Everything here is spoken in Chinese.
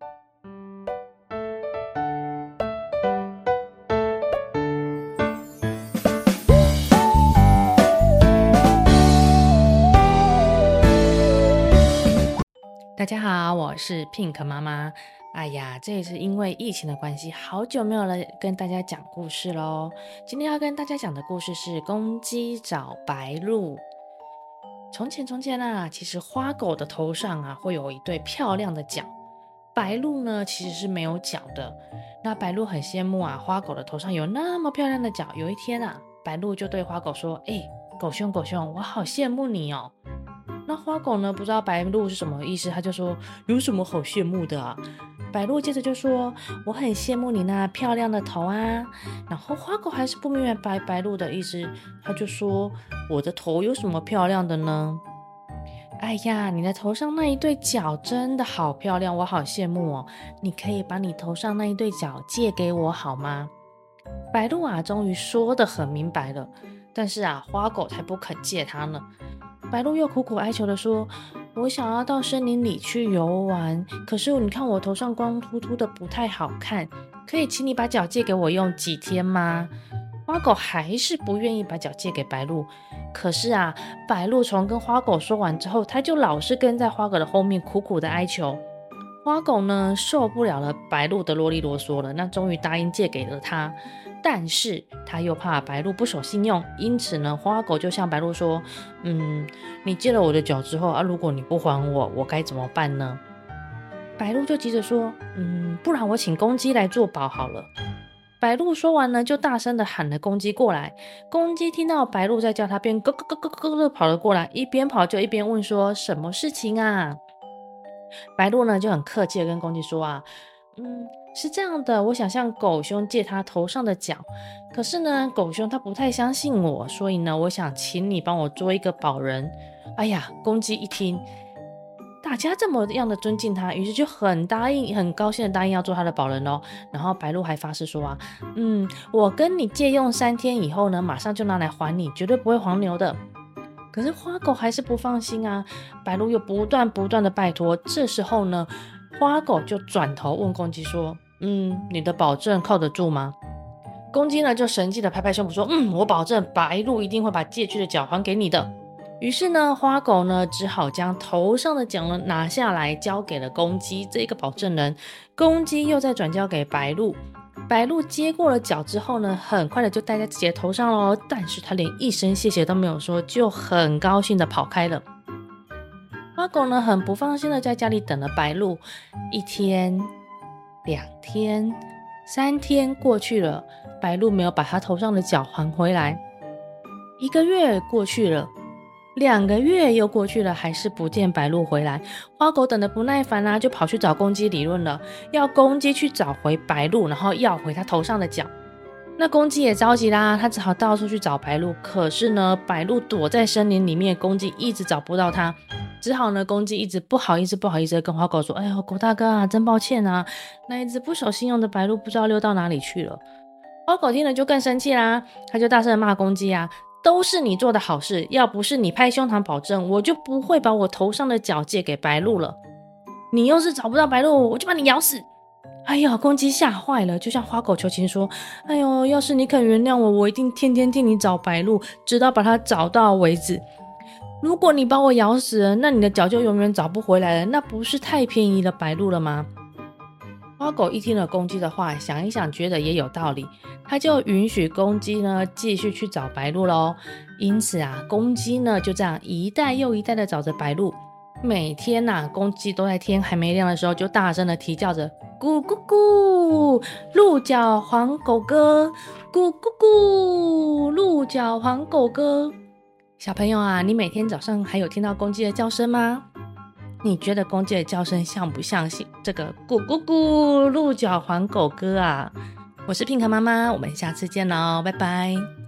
大家好，我是 Pink 妈妈。哎呀，这也是因为疫情的关系，好久没有来跟大家讲故事咯。今天要跟大家讲的故事是公鸡找白鹭。从前啊，其实花狗的头上啊会有一对漂亮的角，白鹭呢其实是没有角的。那白鹭很羡慕啊，花狗的头上有那么漂亮的角。有一天啊，白鹭就对花狗说：狗兄，我好羡慕你哦。那花狗呢不知道白鹭是什么意思，他就说有什么好羡慕的啊？白鹭接着就说我很羡慕你那漂亮的头啊。然后花狗还是不明白白鹭的意思，他就说我的头有什么漂亮的呢？哎呀，你的头上那一对角真的好漂亮，我好羡慕哦。你可以把你头上那一对角借给我好吗？白鹭啊终于说得很明白了，但是啊花狗才不肯借他呢。白鹭又苦苦哀求的说，我想要到森林里去游玩，可是你看我头上光秃秃的不太好看，可以请你把角借给我用几天吗？花狗还是不愿意把角借给白鹭。可是啊，白鹭从跟花狗说完之后，他就老是跟在花狗的后面苦苦的哀求。花狗呢受不了了白鹭的啰里啰嗦了，那终于答应借给了他。但是他又怕白鹭不守信用，因此呢，花狗就向白鹭说，你借了我的角之后啊，如果你不还我，我该怎么办呢？白鹭就急着说，不然我请公鸡来做保好了。白鹭说完呢，就大声的喊了公鸡过来。公鸡听到白鹭在叫他，便咯咯咯咯咯的跑了过来，一边跑就一边问说，什么事情啊？白鹭呢就很客气的跟公鸡说啊，是这样的，我想向狗兄借他头上的角，可是呢，狗兄他不太相信我，所以呢，我想请你帮我做一个保人。哎呀，公鸡一听，大家这么样的尊敬他，于是就很高兴的答应要做他的保人咯。然后白鹭还发誓说啊，我跟你借用3天以后呢，马上就拿来还你，绝对不会黄牛的。可是花狗还是不放心啊，白鹭又不断的拜托。这时候呢，花狗就转头问公鸡说，你的保证靠得住吗？公鸡呢就神气的拍拍胸脯说，我保证白鹭一定会把借去的角还给你的。于是呢，花狗呢只好将头上的角呢拿下来交给了公鸡这个保证人。公鸡又再转交给白鹭，白鹭接过了角之后呢，很快的就戴在自己的头上咯。但是他连一声谢谢都没有说，就很高兴的跑开了。花狗呢很不放心的在家里等了白鹭。1天、2天、3天过去了，白鹭没有把他头上的角还回来。1个月过去了，2个月又过去了，还是不见白鹭回来。花狗等得不耐烦就跑去找公鸡理论了，要公鸡去找回白鹭，然后要回他头上的角。那公鸡也着急啦，他只好到处去找白鹭。可是呢，白鹭躲在森林里面，公鸡一直找不到他，只好呢，公鸡一直不好意思的跟花狗说，哎呦，狗大哥啊，真抱歉啊，那一只不守信用的白鹭不知道溜到哪里去了。花狗听了就更生气啦，他就大声的骂公鸡啊，都是你做的好事，要不是你拍胸膛保证，我就不会把我头上的角借给白鹭了。你要是找不到白鹭，我就把你咬死。哎呀，公鸡吓坏了，就向花狗求情说，哎呦，要是你肯原谅我，我一定天天替你找白鹭，直到把它找到为止。如果你把我咬死了，那你的角就永远找不回来了，那不是太便宜了白鹭了吗？花狗一听了公鸡的话，想一想觉得也有道理，他就允许公鸡呢继续去找白鹭咯。因此啊，公鸡呢就这样一代又一代的找着白鹭。每天公鸡都在天还没亮的时候就大声的啼叫着，咕咕咕，鹿角黄狗哥，咕咕咕，鹿角黄狗哥。小朋友啊，你每天早上还有听到公鸡的叫声吗？你觉得公鸡的叫声像不像这个咕咕咕鹿角黄狗哥啊？我是Pink妈妈，我们下次见咯，拜拜。